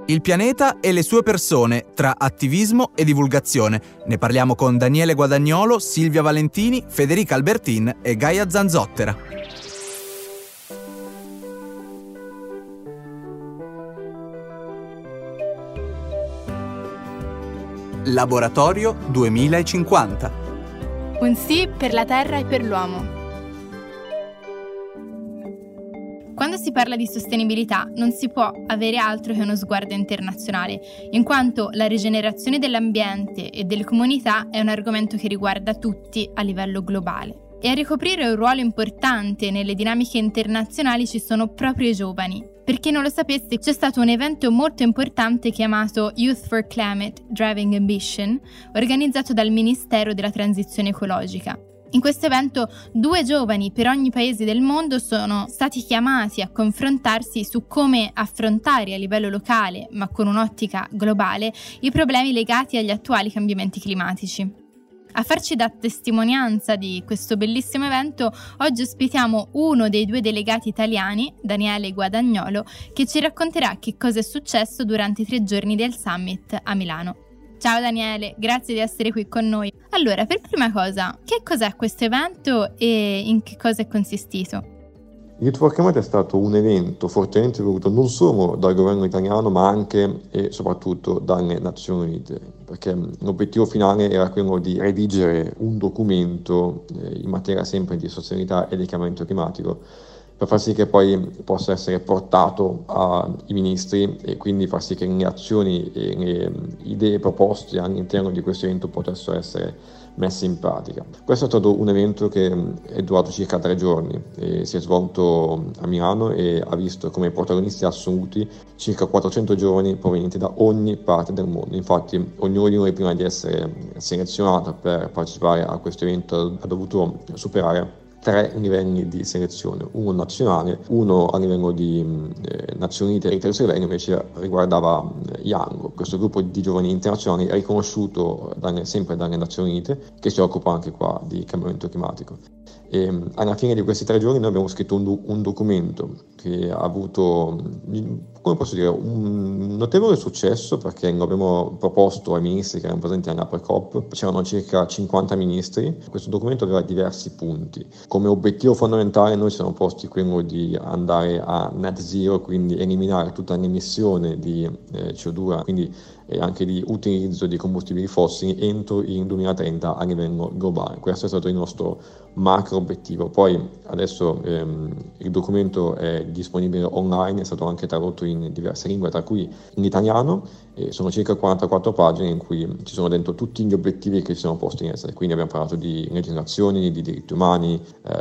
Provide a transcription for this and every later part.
Il pianeta e le sue persone, tra attivismo e divulgazione. Ne parliamo con Daniele Guadagnolo, Silvia Valentini, Federica Albertin e Gaia Zanzottera. Laboratorio 2050. Un sì per la Terra e per l'uomo. Quando si parla di sostenibilità non si può avere altro che uno sguardo internazionale, in quanto la rigenerazione dell'ambiente e delle comunità è un argomento che riguarda tutti a livello globale. E a ricoprire un ruolo importante nelle dinamiche internazionali ci sono proprio i giovani. Per chi non lo sapesse, c'è stato un evento molto importante chiamato Youth for Climate Driving Ambition, organizzato dal Ministero della Transizione Ecologica. In questo evento 2 giovani per ogni paese del mondo sono stati chiamati a confrontarsi su come affrontare a livello locale, ma con un'ottica globale, i problemi legati agli attuali cambiamenti climatici. A farci da testimonianza di questo bellissimo evento, oggi ospitiamo uno dei 2 delegati italiani, Daniele Guadagnolo, che ci racconterà che cosa è successo durante i 3 giorni del Summit a Milano. Ciao Daniele, grazie di essere qui con noi. Allora, per prima cosa, che cos'è questo evento e in che cosa è consistito? Youth for Climate è stato un evento fortemente voluto non solo dal governo italiano ma anche e soprattutto dalle Nazioni Unite, perché l'obiettivo finale era quello di redigere un documento in materia sempre di sostenibilità e di cambiamento climatico, per far sì che poi possa essere portato ai ministri e quindi far sì che le azioni e le idee proposte all'interno di questo evento potessero essere messe in pratica. Questo è stato un evento che è durato circa 3 giorni e si è svolto a Milano e ha visto come protagonisti assoluti circa 400 giovani provenienti da ogni parte del mondo. Infatti ognuno di noi, prima di essere selezionato per partecipare a questo evento, ha dovuto superare 3 livelli di selezione, uno nazionale, uno a livello di Nazioni Unite, e il terzo livello invece riguardava Young, questo gruppo di giovani internazionali riconosciuto sempre dalle Nazioni Unite, che si occupa anche qua di cambiamento climatico. E alla fine di questi 3 giorni noi abbiamo scritto un documento che ha avuto, come posso dire, un notevole successo, perché lo abbiamo proposto ai ministri che erano presenti all'Upper COP. C'erano circa 50 ministri. Questo documento aveva diversi punti. Come obiettivo fondamentale noi ci siamo posti quello di andare a net zero, quindi eliminare tutta l'emissione di CO2, quindi anche di utilizzo di combustibili fossili entro il 2030 a livello globale. Questo è stato il nostro macro obiettivo. Poi adesso il documento è disponibile online, è stato anche tradotto in diverse lingue, tra cui in italiano, e sono circa 44 pagine in cui ci sono dentro tutti gli obiettivi che ci siamo posti in essere. Quindi abbiamo parlato di legislazioni, di diritti umani,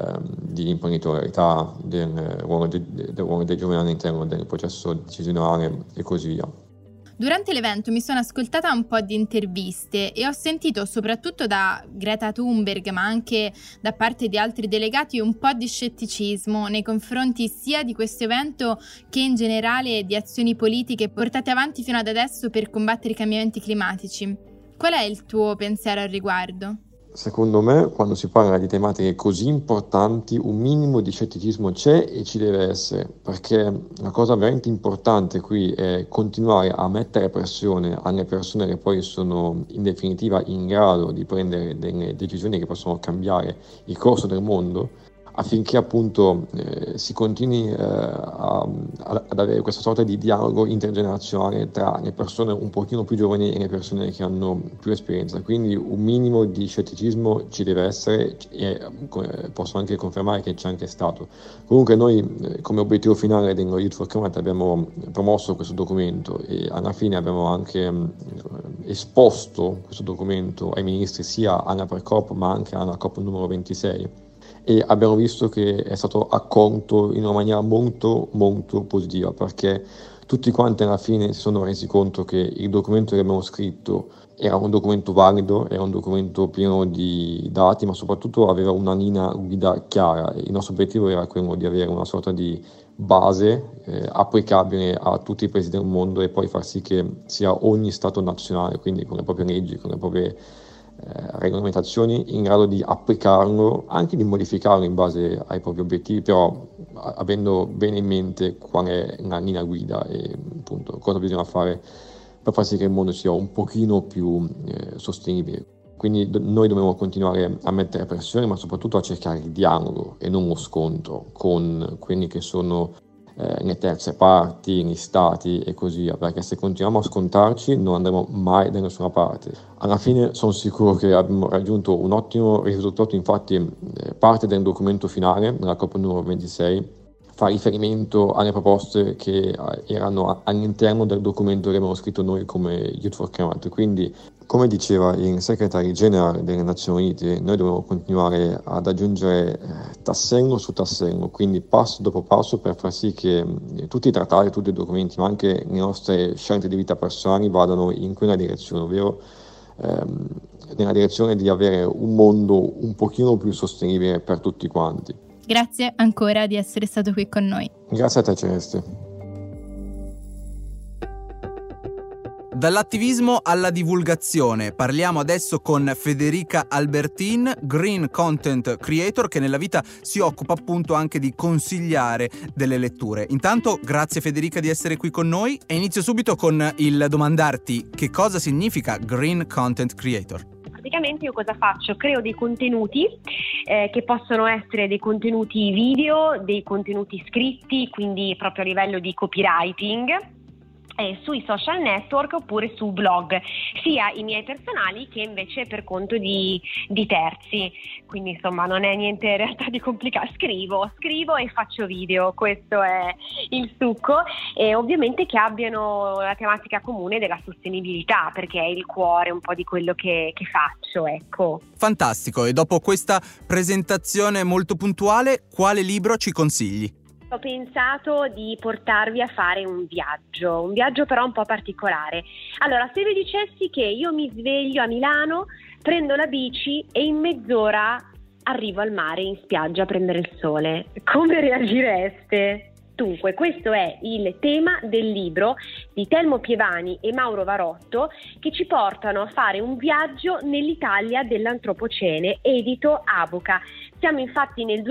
di imprenditorialità, del ruolo dei giovani all'interno del processo decisionale e così via. Durante l'evento mi sono ascoltata un po' di interviste e ho sentito soprattutto da Greta Thunberg, ma anche da parte di altri delegati, un po' di scetticismo nei confronti sia di questo evento che in generale di azioni politiche portate avanti fino ad adesso per combattere i cambiamenti climatici. Qual è il tuo pensiero al riguardo? Secondo me, quando si parla di tematiche così importanti, un minimo di scetticismo c'è e ci deve essere, perché la cosa veramente importante qui è continuare a mettere pressione alle persone che poi sono in definitiva in grado di prendere delle decisioni che possono cambiare il corso del mondo, affinché appunto si continui ad avere questa sorta di dialogo intergenerazionale tra le persone un pochino più giovani e le persone che hanno più esperienza. Quindi un minimo di scetticismo ci deve essere e posso anche confermare che c'è anche stato. Comunque noi come obiettivo finale dello Youth for Climate abbiamo promosso questo documento e alla fine abbiamo anche esposto questo documento ai ministri sia alla Pre-COP ma anche alla COP numero 26. E abbiamo visto che è stato accolto in una maniera molto molto positiva, perché tutti quanti alla fine si sono resi conto che il documento che abbiamo scritto era un documento valido, era un documento pieno di dati, ma soprattutto aveva una linea guida chiara. Il nostro obiettivo era quello di avere una sorta di base applicabile a tutti i paesi del mondo e poi far sì che sia ogni Stato nazionale, quindi con le proprie leggi, con le proprie regolamentazioni in grado di applicarlo, anche di modificarlo in base ai propri obiettivi, però avendo bene in mente qual è la linea guida e appunto cosa bisogna fare per far sì che il mondo sia un pochino più sostenibile. Quindi noi dobbiamo continuare a mettere pressione, ma soprattutto a cercare il dialogo e non lo scontro con quelli che sono le terze parti, gli stati e così via, perché se continuiamo a scontrarci non andremo mai da nessuna parte. Alla fine sono sicuro che abbiamo raggiunto un ottimo risultato, infatti parte del documento finale, nella COP numero 26, fa riferimento alle proposte che erano all'interno del documento che abbiamo scritto noi come Youth for Climate. Quindi, come diceva il segretario generale delle Nazioni Unite, noi dobbiamo continuare ad aggiungere tassello su tassello, quindi passo dopo passo, per far sì che tutti i trattati, tutti i documenti, ma anche le nostre scelte di vita personali vadano in quella direzione, ovvero nella direzione di avere un mondo un pochino più sostenibile per tutti quanti. Grazie ancora di essere stato qui con noi. Grazie a te, Celeste. Dall'attivismo alla divulgazione, parliamo adesso con Federica Albertin, Green Content Creator, che nella vita si occupa appunto anche di consigliare delle letture. Intanto grazie Federica di essere qui con noi e inizio subito con il domandarti che cosa significa Green Content Creator. Praticamente io cosa faccio? Creo dei contenuti che possono essere dei contenuti video, dei contenuti scritti, quindi proprio a livello di copywriting, sui social network oppure su blog, sia i miei personali che invece per conto di terzi. Quindi insomma non è niente in realtà di complicato, scrivo e faccio video, questo è il succo, e ovviamente che abbiano la tematica comune della sostenibilità, perché è il cuore un po' di quello che faccio, ecco. Fantastico, e dopo questa presentazione molto puntuale, quale libro ci consigli? Ho pensato di portarvi a fare un viaggio però un po' particolare. Allora, se vi dicessi che io mi sveglio a Milano, prendo la bici e in mezz'ora arrivo al mare, in spiaggia a prendere il sole, come reagireste? Dunque, questo è il tema del libro di Telmo Pievani e Mauro Varotto, che ci portano a fare un viaggio nell'Italia dell'Antropocene, edito Abuca. Siamo infatti nel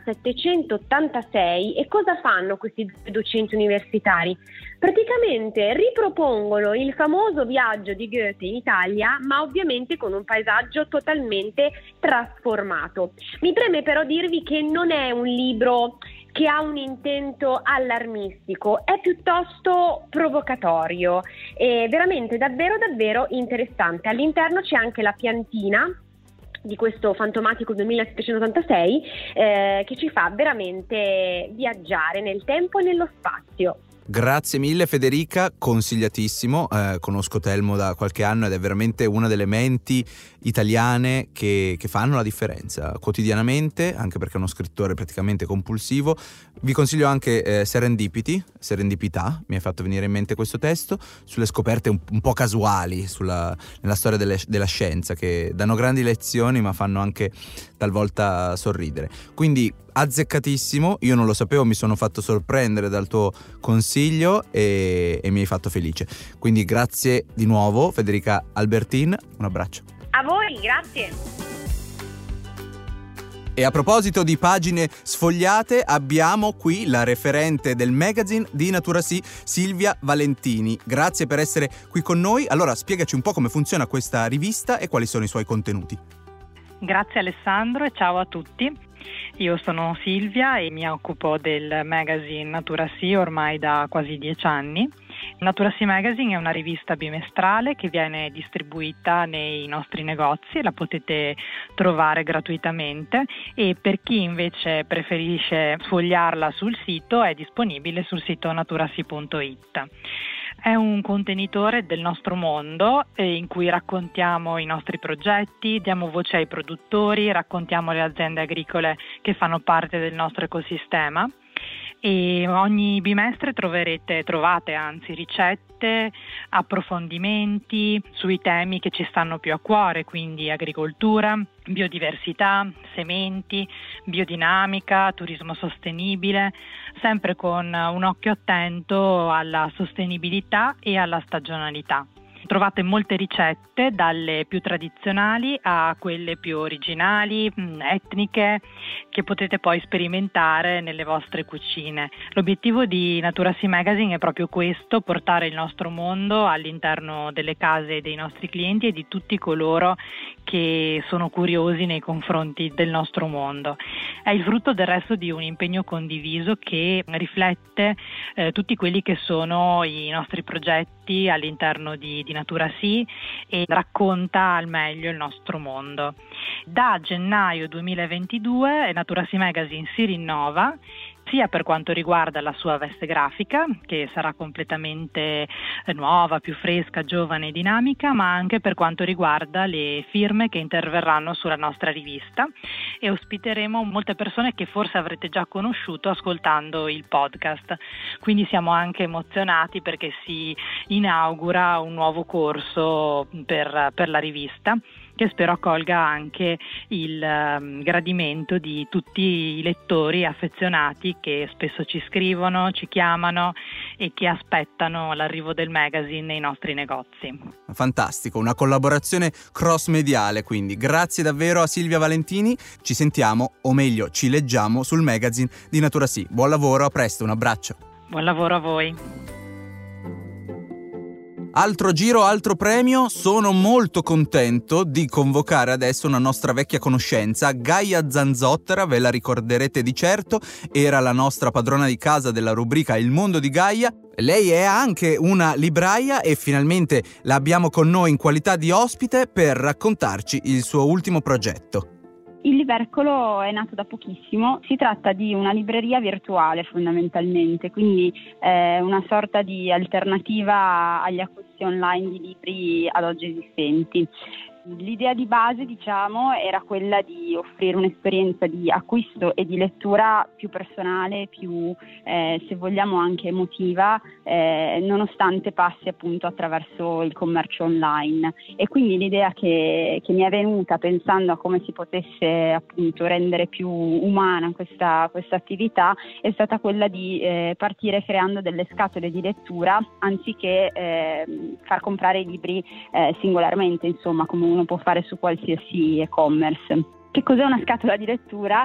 2786 e cosa fanno questi due docenti universitari? Praticamente ripropongono il famoso viaggio di Goethe in Italia, ma ovviamente con un paesaggio totalmente trasformato. Mi preme però dirvi che non è un libro che ha un intento allarmistico, è piuttosto provocatorio e veramente davvero interessante. All'interno c'è anche la piantina di questo fantomatico 2786 che ci fa veramente viaggiare nel tempo e nello spazio. Grazie mille Federica, consigliatissimo, conosco Telmo da qualche anno ed è veramente una delle menti italiane che fanno la differenza quotidianamente, anche perché è uno scrittore praticamente compulsivo. Vi consiglio anche Serendipità, mi hai fatto venire in mente questo testo, sulle scoperte un po' casuali nella storia della scienza, che danno grandi lezioni ma fanno anche talvolta sorridere. Quindi azzeccatissimo, io non lo sapevo, mi sono fatto sorprendere dal tuo consiglio e mi hai fatto felice. Quindi grazie di nuovo Federica Albertin, un abbraccio. A voi, grazie. E a proposito di pagine sfogliate, abbiamo qui la referente del magazine di Natura Sì, Silvia Valentini. Grazie per essere qui con noi. Allora, spiegaci un po' come funziona questa rivista e quali sono i suoi contenuti. Grazie Alessandro e ciao a tutti. Io sono Silvia e mi occupo del magazine Natura Sì ormai da quasi 10 anni. Natura Sì Magazine è una rivista bimestrale che viene distribuita nei nostri negozi, la potete trovare gratuitamente, e per chi invece preferisce sfogliarla sul sito è disponibile sul sito naturasi.it. È un contenitore del nostro mondo in cui raccontiamo i nostri progetti, diamo voce ai produttori, raccontiamo le aziende agricole che fanno parte del nostro ecosistema. E ogni bimestre trovate ricette, approfondimenti sui temi che ci stanno più a cuore, quindi agricoltura, biodiversità, sementi, biodinamica, turismo sostenibile, sempre con un occhio attento alla sostenibilità e alla stagionalità. Trovate molte ricette, dalle più tradizionali a quelle più originali, etniche, che potete poi sperimentare nelle vostre cucine. L'obiettivo di Naturacy Magazine è proprio questo: portare il nostro mondo all'interno delle case dei nostri clienti e di tutti coloro che sono curiosi nei confronti del nostro mondo. È il frutto del resto di un impegno condiviso che riflette tutti quelli che sono i nostri progetti all'interno di Naturacy e racconta al meglio il nostro mondo. Da gennaio 2022 Naturacy Magazine si rinnova, sia per quanto riguarda la sua veste grafica, che sarà completamente nuova, più fresca, giovane e dinamica, ma anche per quanto riguarda le firme che interverranno sulla nostra rivista, e ospiteremo molte persone che forse avrete già conosciuto ascoltando il podcast. Quindi siamo anche emozionati perché si inaugura un nuovo corso per la rivista, che spero accolga anche il gradimento di tutti i lettori affezionati che spesso ci scrivono, ci chiamano e che aspettano l'arrivo del magazine nei nostri negozi. Fantastico, una collaborazione cross-mediale, quindi grazie davvero a Silvia Valentini. Ci sentiamo, o meglio ci leggiamo, sul magazine di Naturacy. Buon lavoro, a presto, un abbraccio. Buon lavoro a voi. Altro giro, altro premio. Sono molto contento di convocare adesso una nostra vecchia conoscenza, Gaia Zanzottera. Ve la ricorderete di certo, era la nostra padrona di casa della rubrica Il Mondo di Gaia. Lei è anche una libraia e finalmente la abbiamo con noi in qualità di ospite per raccontarci il suo ultimo progetto. Il Libercolo è nato da pochissimo, si tratta di una libreria virtuale fondamentalmente, quindi una sorta di alternativa agli acquisti online di libri ad oggi esistenti. L'idea di base, era quella di offrire un'esperienza di acquisto e di lettura più personale, più, se vogliamo, anche emotiva, nonostante passi appunto attraverso il commercio online. E quindi l'idea che mi è venuta pensando a come si potesse appunto rendere più umana questa attività è stata quella di partire creando delle scatole di lettura anziché far comprare i libri singolarmente, insomma, come uno può fare su qualsiasi e-commerce. Che cos'è una scatola di lettura?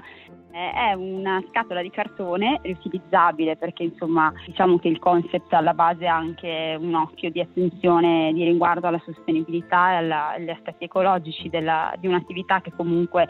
È una scatola di cartone riutilizzabile, perché insomma diciamo che il concept alla base ha anche un occhio di attenzione di riguardo alla sostenibilità e agli aspetti ecologici di un'attività che comunque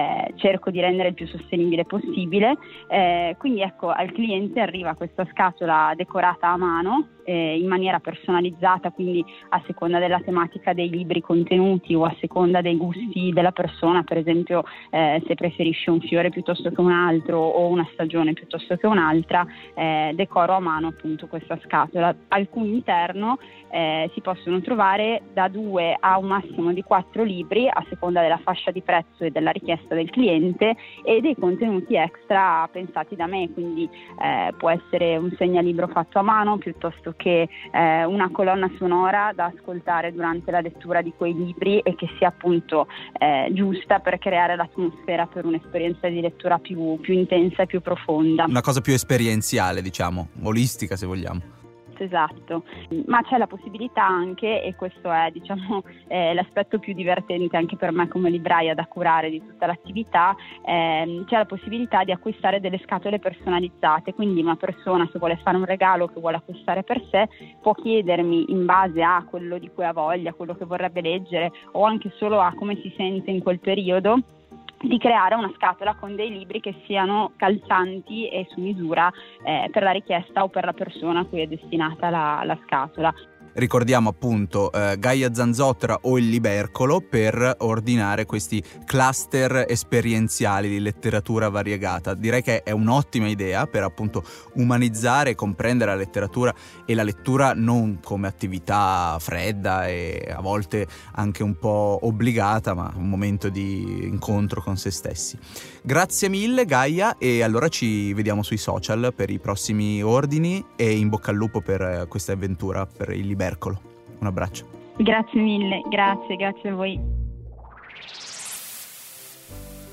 cerco di rendere il più sostenibile possibile. Quindi ecco, al cliente arriva questa scatola decorata a mano in maniera personalizzata, quindi a seconda della tematica dei libri contenuti o a seconda dei gusti della persona, per esempio se preferisce un fiore piuttosto che un altro o una stagione piuttosto che un'altra, decoro a mano appunto questa scatola. Al cui interno si possono trovare da 2 a un massimo di 4 libri a seconda della fascia di prezzo e della richiesta del cliente, e dei contenuti extra pensati da me, quindi può essere un segnalibro fatto a mano piuttosto che una colonna sonora da ascoltare durante la lettura di quei libri e che sia appunto giusta per creare l'atmosfera per un'esperienza di lettura più intensa e più profonda. Una cosa più esperienziale, diciamo, olistica se vogliamo. Esatto, ma c'è la possibilità anche, e questo è l'aspetto più divertente anche per me come libraia da curare di tutta l'attività, c'è la possibilità di acquistare delle scatole personalizzate, quindi una persona, se vuole fare un regalo che vuole acquistare per sé, può chiedermi, in base a quello di cui ha voglia, quello che vorrebbe leggere o anche solo a come si sente in quel periodo, di creare una scatola con dei libri che siano calzanti e su misura per la richiesta o per la persona a cui è destinata la scatola. Ricordiamo appunto Gaia Zanzottera o il Libercolo per ordinare questi cluster esperienziali di letteratura variegata. Direi che è un'ottima idea per appunto umanizzare e comprendere la letteratura, e la lettura non come attività fredda e a volte anche un po' obbligata, ma un momento di incontro con se stessi. Grazie mille Gaia, e allora ci vediamo sui social per i prossimi ordini, e in bocca al lupo per questa avventura per il Libercolo. Un abbraccio. Grazie mille, grazie a voi.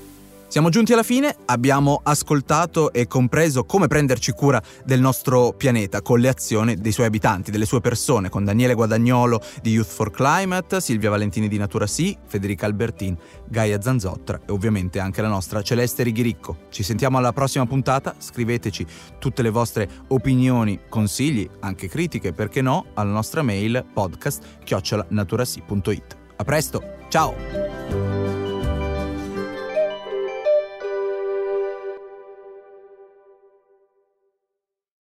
Siamo giunti alla fine, abbiamo ascoltato e compreso come prenderci cura del nostro pianeta con le azioni dei suoi abitanti, delle sue persone, con Daniele Guadagnolo di Youth for Climate, Silvia Valentini di Natura Sì, Federica Albertin, Gaia Zanzottra e ovviamente anche la nostra Celeste Righiricco. Ci sentiamo alla prossima puntata, scriveteci tutte le vostre opinioni, consigli, anche critiche, perché no, alla nostra mail podcast@naturasi.it. A presto, ciao!